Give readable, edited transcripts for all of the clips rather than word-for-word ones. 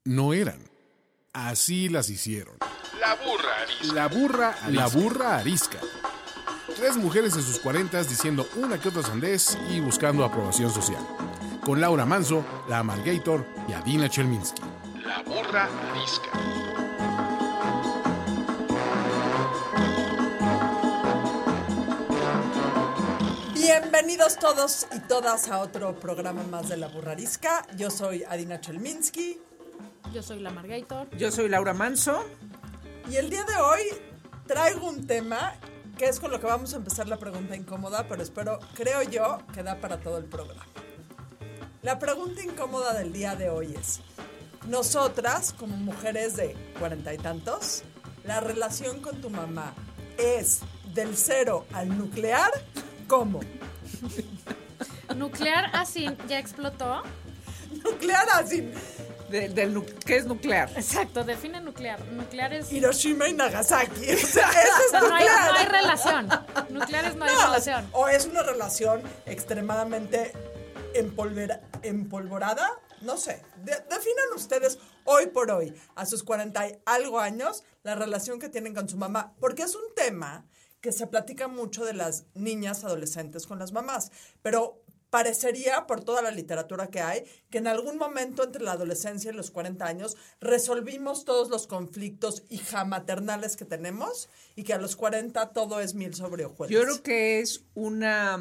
No eran. Así las hicieron. La burra arisca. La burra arisca. 3 mujeres en sus 40 diciendo una que otra sandez y buscando aprobación social. Con Laura Manso, la Amalgator y Adina Chelminsky. La burra arisca. Bienvenidos todos y todas a otro programa más de La Burra Arisca. Yo soy Adina Chelminsky. Yo soy la Amalgator. Yo soy Laura Manso. Y el día de hoy traigo un tema que es con lo que vamos a empezar la pregunta incómoda, pero creo yo, que da para todo el programa. La pregunta incómoda del día de hoy es: nosotras, como mujeres de 40 y tantos, ¿la relación con tu mamá es del 0 al nuclear? ¿Cómo? Nuclear así, ya explotó. Nuclear así. ¿Qué es nuclear? Exacto, define nuclear. Nuclear es... Hiroshima y Nagasaki. O sea, eso es no nuclear. hay relación. Nucleares no hay relación. O es una relación extremadamente empolvorada. No sé. Definan ustedes hoy por hoy, a sus 40 y algo años, la relación que tienen con su mamá. Porque es un tema que se platica mucho de las niñas adolescentes con las mamás. Pero parecería, por toda la literatura que hay, que en algún momento entre la adolescencia y los 40 años resolvimos todos los conflictos hijamaternales que tenemos y que a los 40 todo es miel sobre hojuelas. Yo creo que es una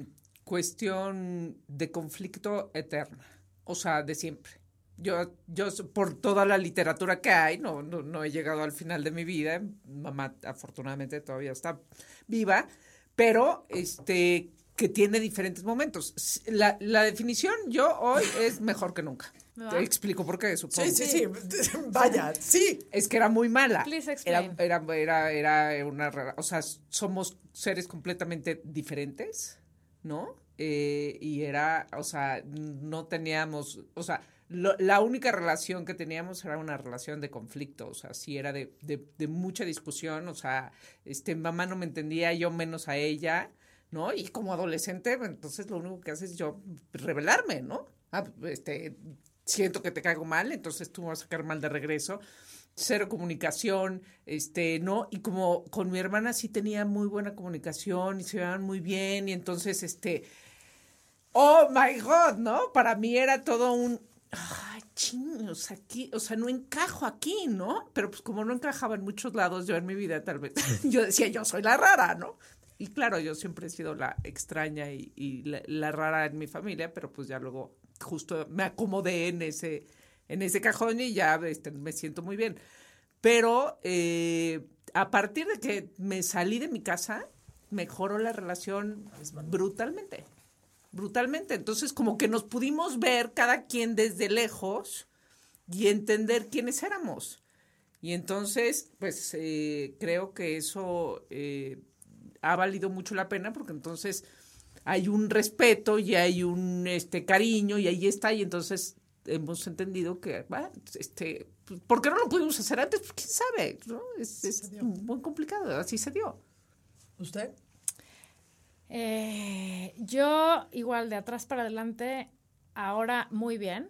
cuestión de conflicto eterna, o sea, de siempre. Yo por toda la literatura que hay, no he llegado al final de mi vida. Mamá afortunadamente todavía está viva, pero que tiene diferentes momentos. La definición yo hoy es mejor que nunca. Te explico por qué, supongo. Sí. Vaya, sí. Es que era muy mala. Please explain. Era una... O sea, somos seres completamente diferentes, ¿no? Y era, o sea, no teníamos... O sea, la única relación que teníamos era una relación de conflicto. O sea, sí era de mucha discusión. O sea, mamá no me entendía, yo menos a ella, ¿no? Y como adolescente, entonces lo único que haces es yo rebelarme, ¿no? Siento que te caigo mal, entonces tú me vas a sacar mal de regreso. Cero comunicación, ¿no? Y como con mi hermana sí tenía muy buena comunicación y se llevaban muy bien, y entonces, oh my God, ¿no? Para mí era todo un, chinos, aquí, o sea, no encajo aquí, ¿no? Pero pues como no encajaba en muchos lados yo en mi vida, tal vez, yo decía, yo soy la rara, ¿no? Y claro, yo siempre he sido la extraña y la rara en mi familia, pero pues ya luego justo me acomodé en ese cajón y ya me siento muy bien. Pero a partir de que me salí de mi casa, mejoró la relación brutalmente. Entonces, como que nos pudimos ver cada quien desde lejos y entender quiénes éramos. Y entonces, pues, creo que eso ha valido mucho la pena, porque entonces hay un respeto y hay un cariño y ahí está, y entonces hemos entendido que, ¿por qué no lo pudimos hacer antes? Pues quién sabe, ¿no? Es muy complicado, así se dio. ¿Usted? Yo, igual, de atrás para adelante, ahora muy bien.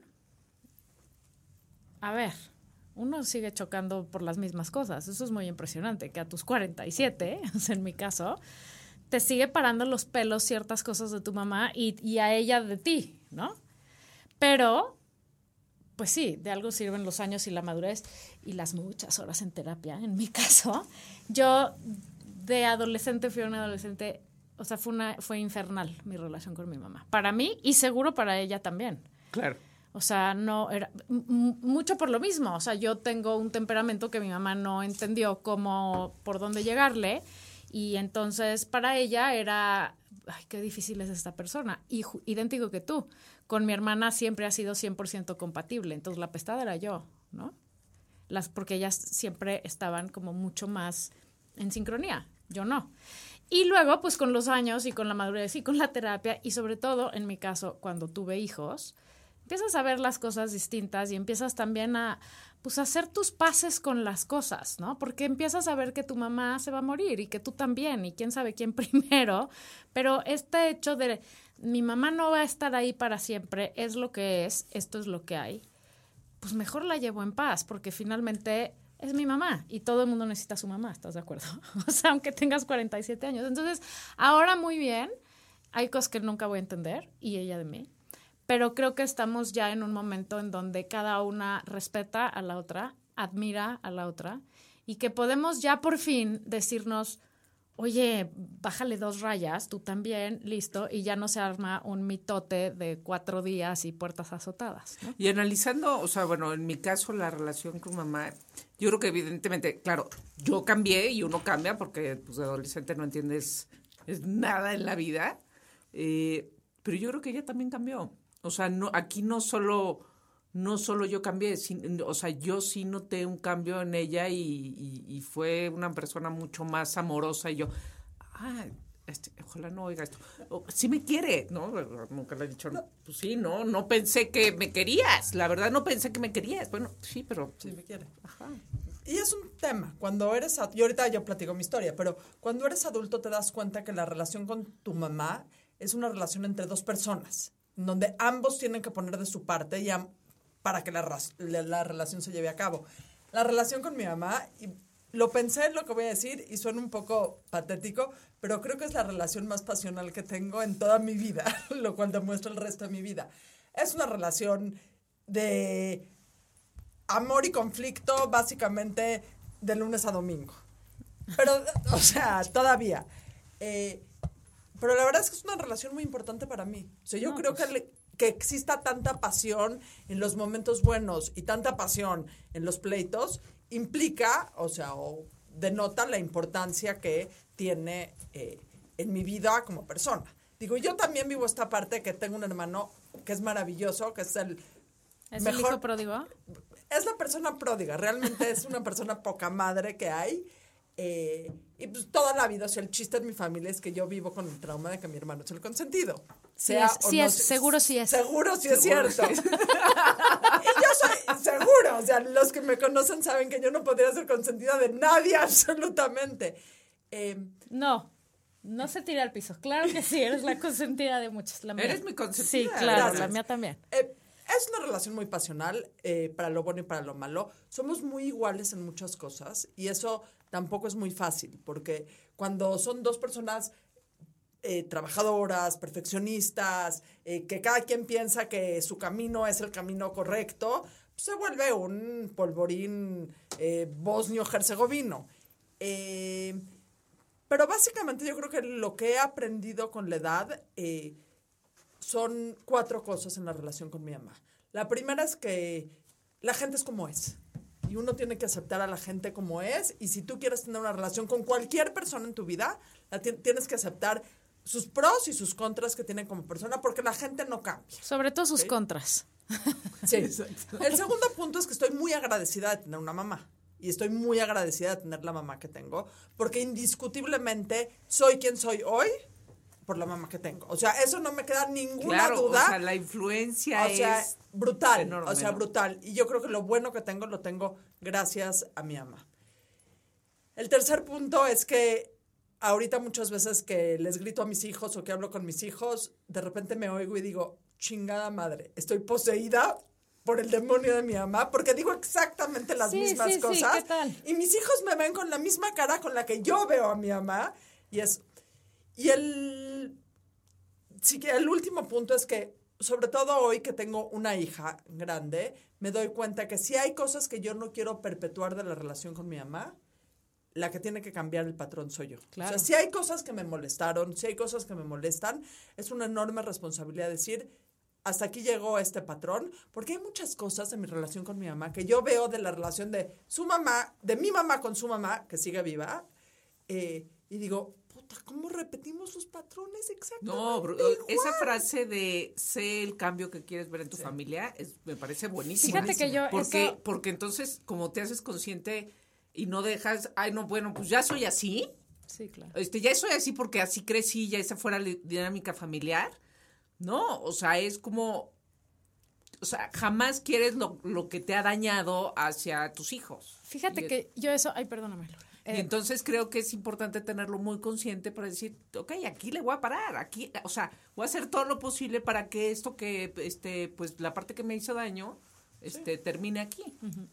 A ver, uno sigue chocando por las mismas cosas. Eso es muy impresionante, que a tus 47, o sea, en mi caso, te sigue parando los pelos ciertas cosas de tu mamá y a ella de ti, ¿no? Pero, pues sí, de algo sirven los años y la madurez y las muchas horas en terapia, en mi caso. Yo, de adolescente, fui una adolescente, o sea, fue infernal mi relación con mi mamá. Para mí y seguro para ella también. Claro. O sea, no era mucho por lo mismo. O sea, yo tengo un temperamento que mi mamá no entendió por dónde llegarle. Y entonces para ella era, ay, qué difícil es esta persona. Y idéntico que tú. Con mi hermana siempre ha sido 100% compatible. Entonces la pestada era yo, ¿no? Porque ellas siempre estaban como mucho más en sincronía. Yo no. Y luego, pues con los años y con la madurez y con la terapia y sobre todo, en mi caso, cuando tuve hijos, empiezas a ver las cosas distintas y empiezas también a hacer tus paces con las cosas, ¿no? Porque empiezas a ver que tu mamá se va a morir y que tú también y quién sabe quién primero, pero este hecho de mi mamá no va a estar ahí para siempre, es lo que es, esto es lo que hay. pues mejor la llevo en paz, porque finalmente es mi mamá y todo el mundo necesita a su mamá, ¿estás de acuerdo? O sea, aunque tengas 47 años. Entonces, ahora muy bien, hay cosas que nunca voy a entender, y ella de mí, pero creo que estamos ya en un momento en donde cada una respeta a la otra, admira a la otra, y que podemos ya por fin decirnos, oye, bájale 2 rayas, tú también, listo, y ya no se arma un mitote de 4 días y puertas azotadas, ¿no? Y analizando, o sea, bueno, en mi caso la relación con mamá, yo creo que evidentemente, claro, yo cambié y uno cambia porque pues de adolescente no entiendes nada en la vida, pero yo creo que ella también cambió. O sea, no, aquí no solo yo cambié, o sea, yo sí noté un cambio en ella y fue una persona mucho más amorosa y yo, ojalá no oiga esto. Sí me quiere, ¿no? Nunca le he dicho, pues sí, no pensé que me querías, la verdad no pensé que me querías. Bueno, sí, pero... Sí, me quiere. Ajá. Y es un tema, cuando eres, y ahorita yo platico mi historia, pero cuando eres adulto te das cuenta que la relación con tu mamá es una relación entre 2 personas, donde ambos tienen que poner de su parte y para que la relación se lleve a cabo. La relación con mi mamá, y lo pensé en lo que voy a decir y suena un poco patético, pero creo que es la relación más pasional que tengo en toda mi vida, lo cual demuestra el resto de mi vida. Es una relación de amor y conflicto básicamente de lunes a domingo. Pero, o sea, todavía. Pero la verdad es que es una relación muy importante para mí. O sea, yo creo que exista tanta pasión en los momentos buenos y tanta pasión en los pleitos implica, o sea, o denota la importancia que tiene en mi vida como persona. Digo, yo también vivo esta parte que tengo un hermano que es maravilloso, que es el ¿Es mejor... el hijo pródigo? Es la persona pródiga, realmente es una persona poca madre que hay. Y pues toda la vida, o sea, el chiste en mi familia es que yo vivo con el trauma de que mi hermano es el consentido. Seguro sí es. Seguro sí es cierto. Y yo soy seguro, o sea, los que me conocen saben que yo no podría ser consentida de nadie absolutamente. No se tira al piso. Claro que sí, eres la consentida de muchos. La mía. Eres mi consentida. Sí, claro, Gracias. la mía también. Es una relación muy pasional, para lo bueno y para lo malo. Somos muy iguales en muchas cosas y eso tampoco es muy fácil, porque cuando son 2 personas trabajadoras, perfeccionistas, que cada quien piensa que su camino es el camino correcto, pues se vuelve un polvorín bosnio-herzegovino. Pero básicamente yo creo que lo que he aprendido con la edad son 4 cosas en la relación con mi mamá. La primera es que la gente es como es. Y uno tiene que aceptar a la gente como es. Y si tú quieres tener una relación con cualquier persona en tu vida, tienes que aceptar sus pros y sus contras que tiene como persona, porque la gente no cambia. Sobre todo sus contras. Sí. El segundo punto es que estoy muy agradecida de tener una mamá. Y estoy muy agradecida de tener la mamá que tengo, porque indiscutiblemente soy quien soy hoy por la mamá que tengo. O sea, eso no me queda ninguna duda. O sea, la influencia es brutal. enorme, o sea, ¿no? brutal. Y yo creo que lo bueno que tengo, lo tengo gracias a mi mamá. El tercer punto es que ahorita muchas veces que les grito a mis hijos o que hablo con mis hijos, de repente me oigo y digo, chingada madre, estoy poseída por el demonio de mi mamá, porque digo exactamente las mismas cosas. Sí, ¿qué tal? Y mis hijos me ven con la misma cara con la que yo veo a mi mamá. Y el último punto es que, sobre todo hoy que tengo una hija grande, me doy cuenta que si hay cosas que yo no quiero perpetuar de la relación con mi mamá, la que tiene que cambiar el patrón soy yo. Claro. O sea, si hay cosas que me molestaron, si hay cosas que me molestan, es una enorme responsabilidad decir, hasta aquí llegó este patrón, porque hay muchas cosas en mi relación con mi mamá que yo veo de la relación de su mamá, de mi mamá con su mamá, que sigue viva, y digo, puta, ¿cómo repetimos los patrones exactamente? No, igual? esa frase de sé el cambio que quieres ver en tu familia me parece buenísima. Fíjate que yo porque entonces como te haces consciente y no dejas, no, bueno, pues ya soy así. Sí, claro. Ya soy así porque así crecí, ya esa fuera la dinámica familiar. No, o sea, es como, o sea, jamás quieres lo que te ha dañado hacia tus hijos. Fíjate que yo eso, perdóname, Laura. Y entonces creo que es importante tenerlo muy consciente para decir, ok, aquí le voy a parar, aquí, o sea, voy a hacer todo lo posible para que esto que, pues la parte que me hizo daño, termine aquí.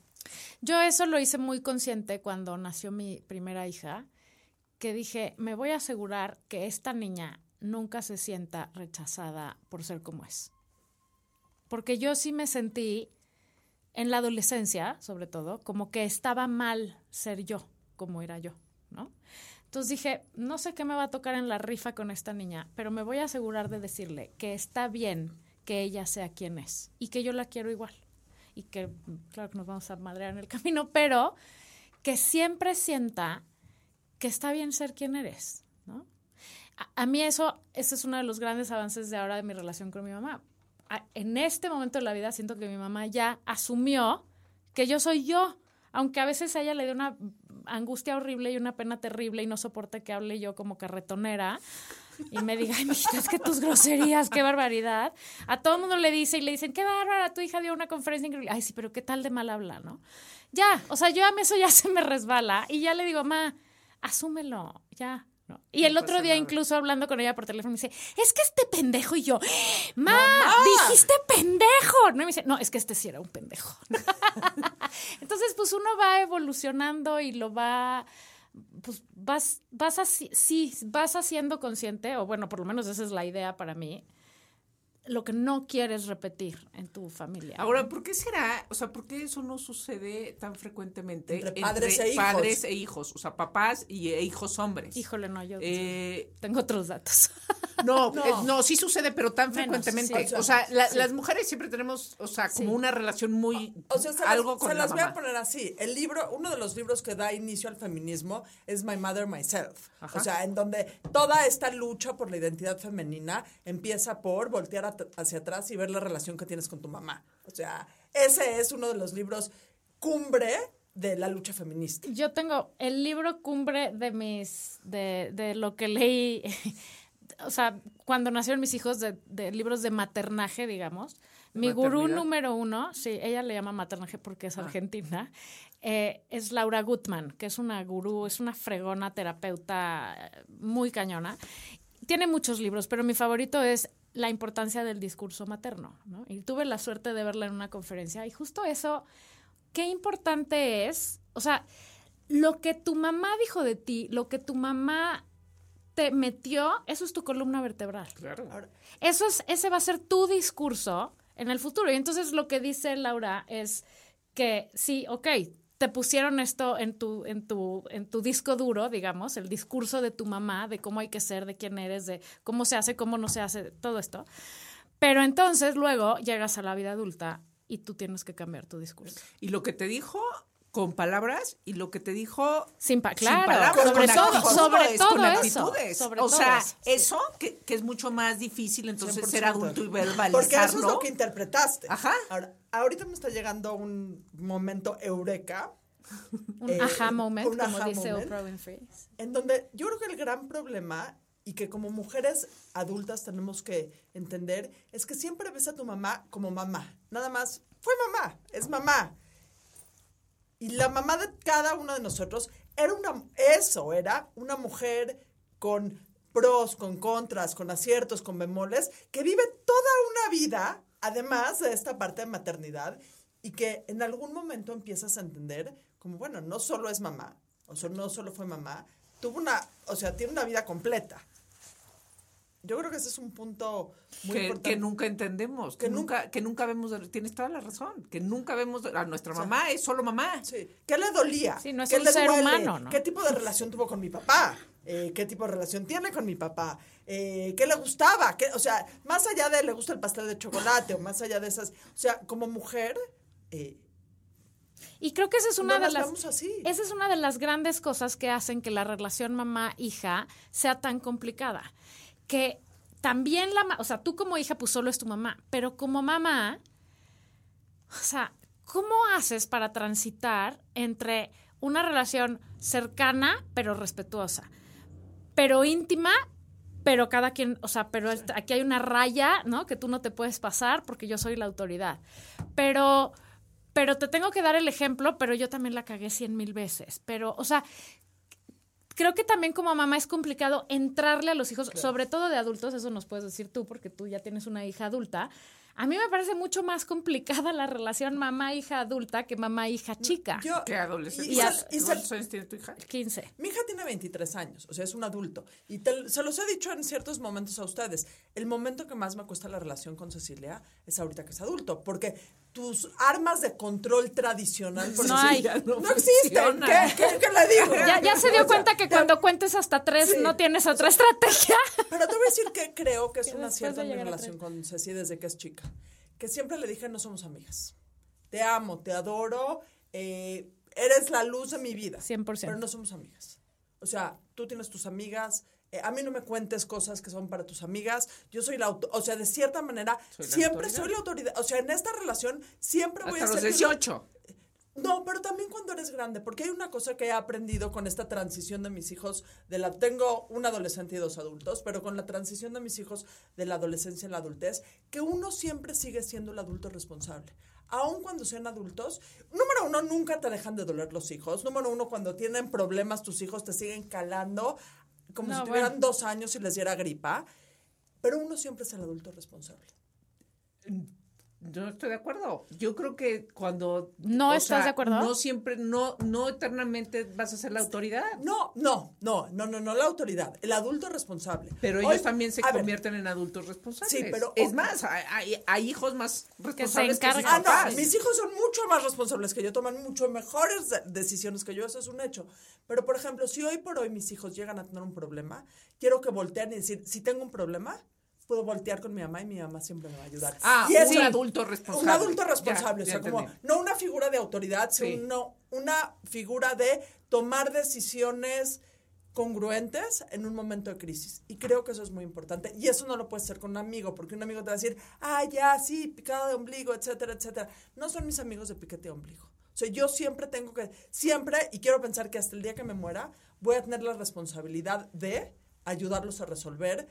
Yo eso lo hice muy consciente cuando nació mi primera hija, que dije, me voy a asegurar que esta niña nunca se sienta rechazada por ser como es. Porque yo sí me sentí, en la adolescencia, sobre todo, como que estaba mal ser yo, como era yo, ¿no? Entonces dije, no sé qué me va a tocar en la rifa con esta niña, pero me voy a asegurar de decirle que está bien que ella sea quien es y que yo la quiero igual. Y que, claro que nos vamos a madrear en el camino, pero que siempre sienta que está bien ser quien eres, ¿no? A mí ese es uno de los grandes avances de ahora de mi relación con mi mamá. En este momento de la vida siento que mi mamá ya asumió que yo soy yo, aunque a veces a ella le dio una angustia horrible y una pena terrible y no soporta que hable yo como carretonera y me diga, ay, mijita, es que tus groserías, qué barbaridad. A todo el mundo le dicen, qué bárbara, tu hija dio una conferencia increíble. Ay, sí, pero qué tal de mal habla, ¿no? Ya, o sea, yo a mí eso ya se me resbala y ya le digo, ma, asúmelo, ya. No. Y el otro día, incluso hablando con ella por teléfono, me dice, es que este pendejo, y yo, ¡ma! ¡Dijiste pendejo! No, y me dice, no, es que este sí era un pendejo. Entonces, pues uno va evolucionando y lo va, pues vas haciendo consciente, o bueno, por lo menos esa es la idea para mí, lo que no quieres repetir en tu familia. Ahora, ¿por qué será? O sea, ¿por qué eso no sucede tan frecuentemente entre padres e hijos? O sea, papás e hijos hombres. Híjole, no, yo tengo otros datos. No, sí sucede, pero tan frecuentemente. Sí. O sea, las mujeres siempre tenemos, o sea, como una relación muy... O sea, algo con se la las voy mamá. a poner así. El libro, uno de los libros que da inicio al feminismo es My Mother, Myself. Ajá. O sea, en donde toda esta lucha por la identidad femenina empieza por voltear hacia atrás y ver la relación que tienes con tu mamá. O sea, ese es uno de los libros cumbre de la lucha feminista. Yo tengo el libro cumbre de lo que leí, o sea, cuando nacieron mis hijos, de libros de maternaje, digamos. Mi gurú número 1, sí, ella le llama maternaje porque es argentina, es Laura Gutman, que es una gurú, es una fregona terapeuta muy cañona. Tiene muchos libros, pero mi favorito es La importancia del discurso materno, ¿no? Y tuve la suerte de verla en una conferencia y justo eso, qué importante es, o sea, lo que tu mamá dijo de ti, lo que tu mamá te metió, eso es tu columna vertebral. Claro. Ese va a ser tu discurso en el futuro. Y entonces lo que dice Laura es que sí, ok, te pusieron esto en tu disco duro, digamos, el discurso de tu mamá, de cómo hay que ser, de quién eres, de cómo se hace, cómo no se hace, todo esto. Pero entonces luego llegas a la vida adulta y tú tienes que cambiar tu discurso. Y lo que te dijo con palabras y lo que te dijo claro, palabras, sobre todo con eso. actitudes. Sobre o todo sea, eso. Que es mucho más difícil entonces 100%. ser adulto y verbalizarlo. Porque eso es lo que interpretaste. Ajá. Ahorita me está llegando un momento eureka. Un aha moment, un como aha dice moment, Oprah Winfrey. En donde yo creo que el gran problema, y que como mujeres adultas tenemos que entender, es que siempre ves a tu mamá como mamá. Nada más, fue mamá, es mamá. Y la mamá de cada uno de nosotros era una mujer con pros, con contras, con aciertos, con bemoles, que vive toda una vida, además de esta parte de maternidad, y que en algún momento empiezas a entender como, bueno, no solo es mamá, o sea, no solo fue mamá, tiene una vida completa. Yo creo que ese es un punto muy importante. Que nunca entendemos, que nunca vemos, tienes toda la razón, que nunca vemos a nuestra mamá, es solo mamá. Sí. ¿Qué le dolía? Sí, no es ¿Qué un le ser duele? humano, ¿no? ¿Qué tipo de relación tuvo con mi papá? ¿Qué tipo de relación tiene con mi papá? ¿Qué le gustaba? O sea, más allá de le gusta el pastel de chocolate o más allá de esas, o sea, como mujer... Y creo que esa es una esa es una de las grandes cosas que hacen que la relación mamá-hija sea tan complicada. Que también o sea, tú como hija pues solo es tu mamá, pero como mamá, o sea, ¿cómo haces para transitar entre una relación cercana pero respetuosa, pero íntima, pero cada quien, o sea, pero aquí hay una raya, ¿no? Que tú no te puedes pasar porque yo soy la autoridad. Pero te tengo que dar el ejemplo, pero yo también la cagué 100,000 veces. Pero, o sea, creo que también como mamá es complicado entrarle a los hijos, sobre todo de adultos, eso nos puedes decir tú, porque tú ya tienes una hija adulta, A mí me parece mucho más complicada la relación mamá-hija adulta que mamá-hija chica. ¿Qué adolescente? ¿Cuántos años tiene tu hija? 15. Mi hija tiene 23 años, o sea, es un adulto. Y se los he dicho en ciertos momentos a ustedes. El momento que más me cuesta la relación con Cecilia es ahorita que es adulto, porque tus armas de control tradicional por No decir, hay. no existen. ¿Qué le digo? Ya se dio cuenta que cuando cuentes hasta 3 no tienes otra estrategia. Pero te voy a decir que creo que es Que un después acierto de en mi llegar a relación con Ceci desde que es chica. Que siempre le dije, no somos amigas. Te amo, te adoro, eres la luz de mi vida. 100%. Pero no somos amigas. O sea, tú tienes tus amigas, a mí no me cuentes cosas que son para tus amigas. Yo soy o sea, de cierta manera, siempre soy la autoridad. O sea, en esta relación siempre voy a ser... Hasta los 18. No, pero también cuando eres grande, porque hay una cosa que he aprendido con esta transición de mis hijos, tengo un adolescente y 2 adultos, pero con la transición de mis hijos de la adolescencia a la adultez, que uno siempre sigue siendo el adulto responsable. Aun cuando sean adultos, número 1, nunca te dejan de doler los hijos. Número 1, cuando tienen problemas, tus hijos te siguen calando como si tuvieran 2 años y les diera gripa, pero uno siempre es el adulto responsable. Yo estoy de acuerdo. Yo creo que cuando... ¿No estás de acuerdo? No siempre, no eternamente vas a ser la autoridad. No, la autoridad, el adulto responsable. Pero ellos también se convierten en adultos responsables. Sí, pero... Es más, hay hijos más responsables se encargan. sus papás. No, mis hijos son mucho más responsables que yo, toman mucho mejores decisiones que yo, eso es un hecho. Pero, por ejemplo, si hoy por hoy mis hijos llegan a tener un problema, quiero que volteen y decir, si tengo un problema... puedo voltear con mi mamá y mi mamá siempre me va a ayudar. Y es un adulto responsable. Un adulto responsable, Ya o sea, como entendí. no una figura de autoridad, sino una figura de tomar decisiones congruentes en un momento de crisis. Y creo que eso es muy importante. Y eso no lo puedes hacer con un amigo, porque un amigo te va a decir, ya, sí, picada de ombligo, etcétera, etcétera. No son mis amigos de piquete de ombligo. O sea, yo siempre y quiero pensar que hasta el día que me muera, voy a tener la responsabilidad de ayudarlos a resolver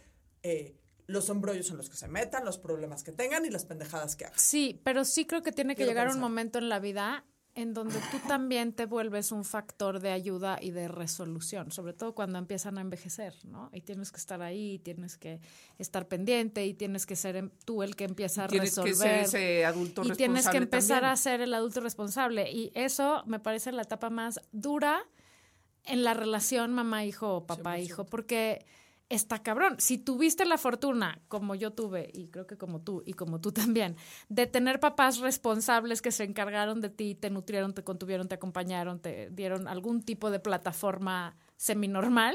los embrollos en los que se metan, los problemas que tengan y las pendejadas que hagan. Sí, pero sí creo que tiene que Quiero llegar pensar. un momento en la vida en donde tú también te vuelves un factor de ayuda y de resolución, sobre todo cuando empiezan a envejecer, ¿no? Y tienes que estar ahí, tienes que estar pendiente y tienes que ser tú el que empieza a resolver. Tienes que ser ese adulto responsable. Y tienes que empezar también a ser el adulto responsable. Y eso me parece la etapa más dura en la relación mamá-hijo o papá-hijo, porque... está cabrón. Si tuviste la fortuna, como yo tuve, y creo que como tú también, de tener papás responsables que se encargaron de ti, te nutrieron, te contuvieron, te acompañaron, te dieron algún tipo de plataforma seminormal,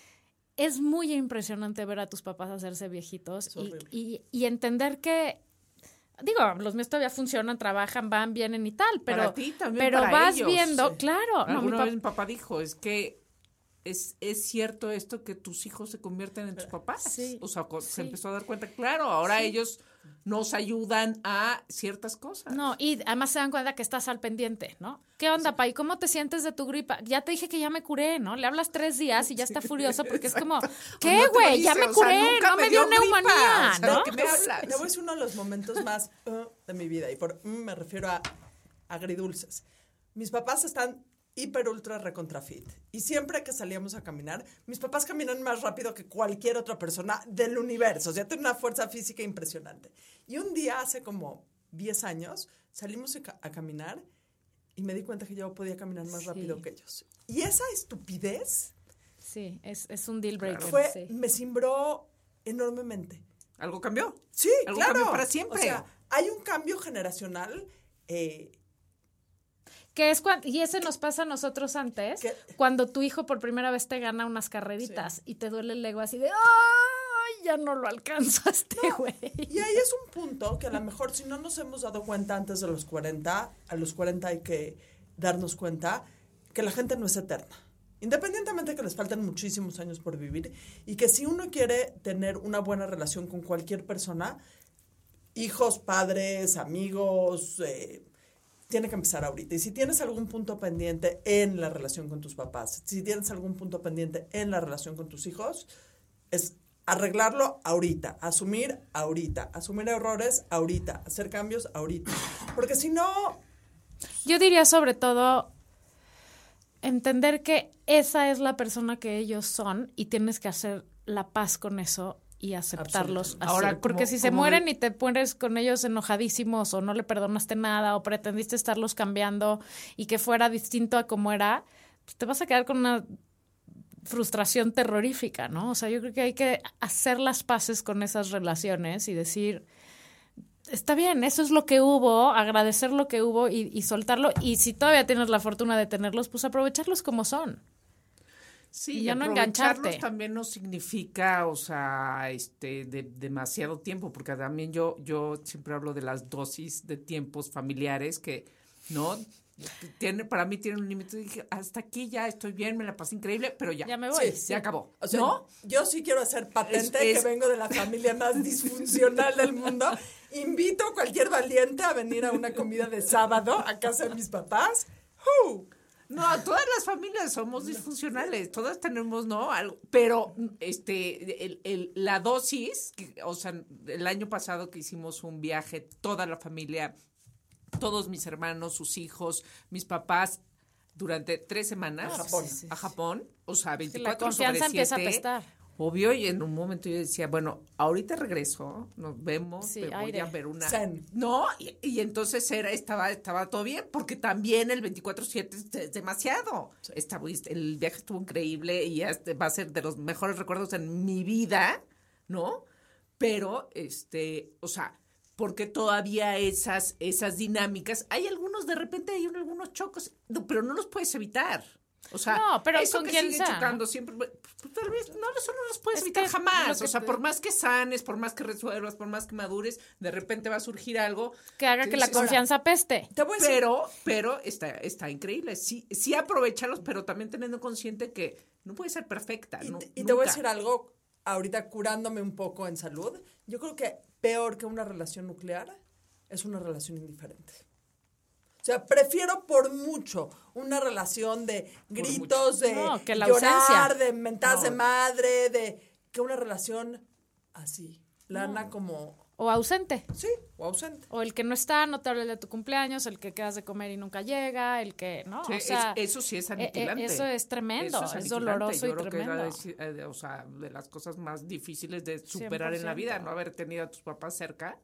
es muy impresionante ver a tus papás hacerse viejitos y entender que, digo, los míos todavía funcionan, trabajan, van, vienen y tal, pero, para ti también, pero para vas ellos. viendo, claro. Alguna vez mi papá dijo, es que ¿Es cierto esto que tus hijos se convierten en tus papás? Sí. O sea, Sí. se empezó a dar cuenta, claro, ahora ellos nos ayudan a ciertas cosas. No, y además se dan cuenta que estás al pendiente, ¿no? ¿Qué onda, pa? ¿Y cómo te sientes de tu gripa? Ya te dije que ya me curé, ¿no? Le hablas 3 días y ya está furioso porque es como, ¿qué, güey? Ya me curé, no me dio neumonía, o sea, ¿no? ¿de qué me hablas? Le voy a decir uno de los momentos más de mi vida, y por me refiero a agridulces. Mis papás están hiper ultra recontra fit, y siempre que salíamos a caminar, mis papás caminan más rápido que cualquier otra persona del universo, o sea, tienen una fuerza física impresionante. Y un día, hace como 10 años, salimos a caminar y me di cuenta que yo podía caminar más rápido que ellos. Y esa estupidez Sí, es un deal breaker. Sí. me cimbró enormemente. ¿Algo cambió? Sí, ¿Algo claro. cambió para siempre? O sea, hay un cambio generacional. Que es y ese nos pasa a nosotros antes, cuando tu hijo por primera vez te gana unas carreritas y te duele el ego así de ¡ay! Ya no lo alcanzo a este güey. Y ahí es un punto que a lo mejor si no nos hemos dado cuenta antes de los 40, a los 40 hay que darnos cuenta que la gente no es eterna. Independientemente de que les faltan muchísimos años por vivir, y que si uno quiere tener una buena relación con cualquier persona, hijos, padres, amigos, tiene que empezar ahorita. Y si tienes algún punto pendiente en la relación con tus papás, si tienes algún punto pendiente en la relación con tus hijos, es arreglarlo ahorita, asumir errores ahorita, hacer cambios ahorita. Porque si no... Yo diría sobre todo entender que esa es la persona que ellos son y tienes que hacer la paz con eso y aceptarlos así. Ahora, porque si se mueren y te pones con ellos enojadísimos o no le perdonaste nada o pretendiste estarlos cambiando y que fuera distinto a como era, pues te vas a quedar con una frustración terrorífica, ¿no? O sea, yo creo que hay que hacer las paces con esas relaciones y decir, está bien, eso es lo que hubo, agradecer lo que hubo y soltarlo. Y si todavía tienes la fortuna de tenerlos, pues aprovecharlos como son. Sí, Y ya no aprovecharlos engancharte. también no significa, o sea, de demasiado tiempo, porque también yo siempre hablo de las dosis de tiempos familiares que, ¿no? Para mí tiene un límite. Dije, hasta aquí ya estoy bien, me la pasé increíble, pero ya. Ya me voy. Se acabó. O sea, ¿no? yo sí quiero hacer patente Es- que vengo de la familia más disfuncional del mundo. Invito a cualquier valiente a venir a una comida de sábado a casa de mis papás. No, todas las familias somos disfuncionales, todas tenemos, ¿no? Algo, pero la dosis, o sea, el año pasado que hicimos un viaje, toda la familia, todos mis hermanos, sus hijos, mis papás, durante 3 semanas a Japón, o sea, 24 La confianza sobre empieza a 7, pestar. obvio, y en un momento yo decía, bueno, ahorita regreso, nos vemos, Sí, me voy aire. a ver una... Zen. No, y entonces estaba todo bien, porque también el 24/7 es demasiado. El viaje estuvo increíble y va a ser de los mejores recuerdos en mi vida, ¿no? Pero, o sea, porque todavía esas dinámicas, hay algunos, de repente hay algunos chocos, pero no los puedes evitar. O sea, No, pero eso con que quien siguen sea, chocando siempre, pues, tal vez eso no los puedes Es evitar que jamás. lo que O sea, te- por más que sanes, por más que resuelvas, por más que madures, de repente va a surgir algo Que haga que la dices, confianza peste. Te voy a decir, pero está increíble. Sí aprovechalos, pero también teniendo consciente que no puede ser perfecta. y te voy a decir algo, ahorita curándome un poco en salud. Yo creo que peor que una relación nuclear es una relación indiferente. O sea, prefiero por mucho una relación de gritos, de No, que la llorar, ausencia. de mentadas de madre, que una relación así, plana como, O ausente. sí, o ausente. O el que no está, no te habla de tu cumpleaños, el que quedas de comer y nunca llega, el que, ¿no? Sí, o sea, eso sí es aniquilante. eso es tremendo, es aniquilante. doloroso Yo y creo que era tremendo. o sea, de las cosas más difíciles de superar en la vida, 100%. no haber tenido a tus papás cerca.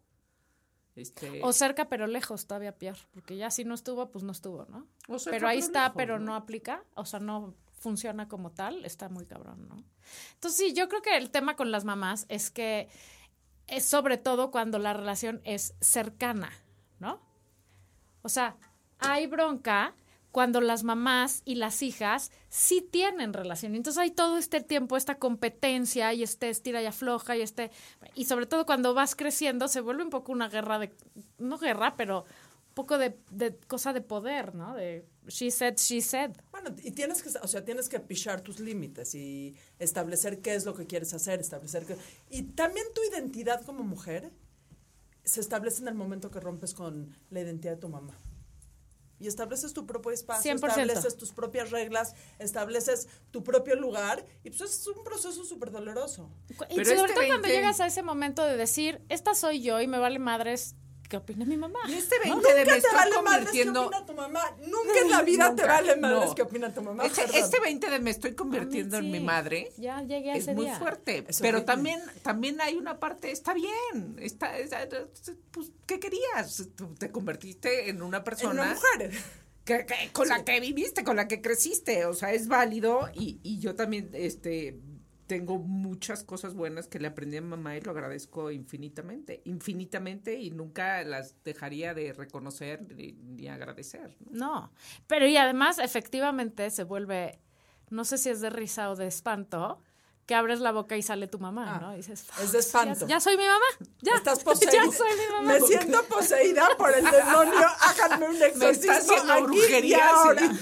O cerca pero lejos, todavía peor, porque ya si no estuvo, pues no estuvo, ¿no? O cerca, Pero ahí pero está, lejos, pero ¿no? no aplica, o sea, no funciona como tal, está muy cabrón, ¿no? Entonces sí, yo creo que el tema con las mamás es que es sobre todo cuando la relación es cercana, ¿no? O sea, hay bronca cuando las mamás y las hijas sí tienen relación. Entonces hay todo este tiempo, esta competencia y estira y afloja y sobre todo cuando vas creciendo se vuelve un poco una guerra no guerra, pero un poco de cosa de poder, ¿no? De she said. Bueno, y tienes que pichar tus límites y establecer qué es lo que quieres hacer, y también tu identidad como mujer se establece en el momento que rompes con la identidad de tu mamá. Y estableces tu propio espacio, 100%. estableces tus propias reglas, estableces tu propio lugar, y pues es un proceso súper doloroso. Y Pero sobre todo cuando 20 llegas a ese momento de decir, esta soy yo y me vale madres, ¿qué opina mi mamá? Y este 20 Nunca de me te estoy vale madres qué convirtiendo... opina tu mamá. Nunca en la vida te Nunca, vale madres no. qué opina tu mamá. Este perdón. 20 de me estoy convirtiendo A mí en mi sí. madre. Ya llegué a Es ese muy día. fuerte, Es pero horrible. también hay una parte, está bien, pues, ¿qué querías? Tú te convertiste en una En persona una mujer. con la que viviste, con la que creciste, o sea, es válido y yo también, tengo muchas cosas buenas que le aprendí a mamá y lo agradezco infinitamente y nunca las dejaría de reconocer ni agradecer, ¿no? No, pero y además efectivamente se vuelve, no sé si es de risa o de espanto, que abres la boca y sale tu mamá, ¿no? Y dices, Es de espanto. ya soy mi mamá, ya. Estás poseída. Ya soy mi mamá. Me siento poseída por el demonio. Háganme un Me exorcismo está haciendo aquí y brujería, ahora.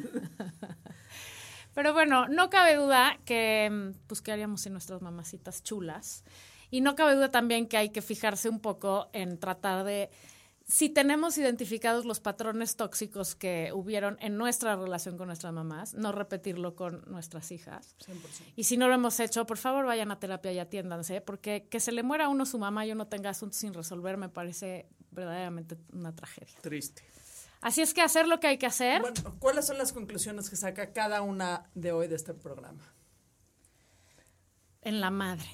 Pero bueno, no cabe duda que, pues, ¿qué haríamos sin nuestras mamacitas chulas? Y no cabe duda también que hay que fijarse un poco en tratar de, si tenemos identificados los patrones tóxicos que hubieron en nuestra relación con nuestras mamás, no repetirlo con nuestras hijas. 100%. Y si no lo hemos hecho, por favor vayan a terapia y atiéndanse, porque que se le muera a uno su mamá y uno tenga asuntos sin resolver me parece verdaderamente una tragedia. Triste. Así es que hacer lo que hay que hacer. Bueno, ¿cuáles son las conclusiones que saca cada una de hoy de este programa? En la madre.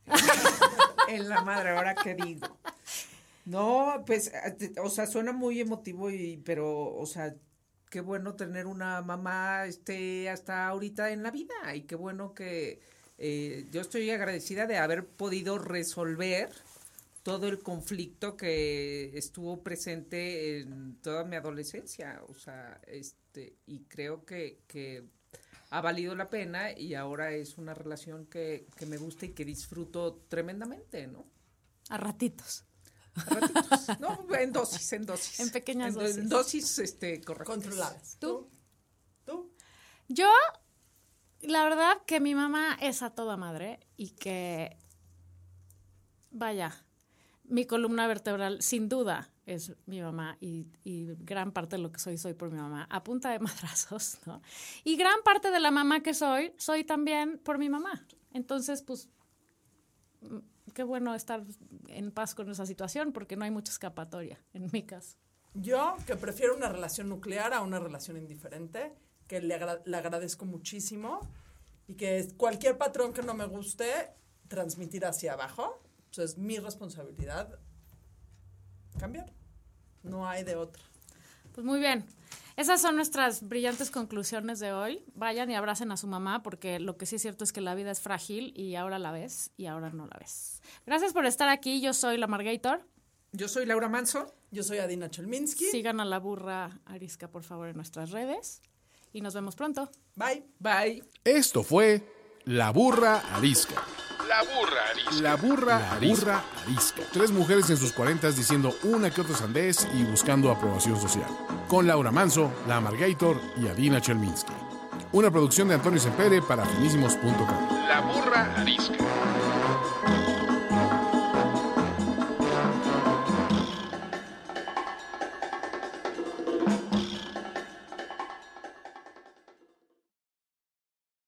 En la madre, ¿ahora qué digo? No, pues, o sea, suena muy emotivo pero, o sea, qué bueno tener una mamá, hasta ahorita en la vida, y qué bueno que yo estoy agradecida de haber podido resolver todo el conflicto que estuvo presente en toda mi adolescencia, o sea, y creo que ha valido la pena y ahora es una relación que me gusta y que disfruto tremendamente, ¿no? A ratitos. No, en dosis. En pequeñas dosis. En dosis, correctas. Controladas. ¿Tú? ¿Tú? Yo, la verdad que mi mamá es a toda madre y que, vaya, mi columna vertebral sin duda es mi mamá y gran parte de lo que soy por mi mamá, a punta de madrazos, ¿no? Y gran parte de la mamá que soy también por mi mamá. Entonces, pues, qué bueno estar en paz con esa situación porque no hay mucha escapatoria, en mi caso. Yo, que prefiero una relación nuclear a una relación indiferente, que le agradezco muchísimo y que cualquier patrón que no me guste, transmitir hacia abajo. Entonces, es mi responsabilidad cambiar. No hay de otra. Pues muy bien. Esas son nuestras brillantes conclusiones de hoy. Vayan y abracen a su mamá porque lo que sí es cierto es que la vida es frágil y ahora la ves y ahora no la ves. Gracias por estar aquí. Yo soy la Margator. Yo soy Laura Manso. Yo soy Adina Chelminsky. Sigan a la burra arisca, por favor, en nuestras redes. Y nos vemos pronto. Bye. Bye. Esto fue La Burra Arisca. La burra arisca. La burra arisca. 3 mujeres en sus 40 diciendo una que otra sandez y buscando aprobación social. Con Laura Manso, la Margator y Adina Chelminsky. Una producción de Antonio Sempere para finísimos.com. La burra arisca.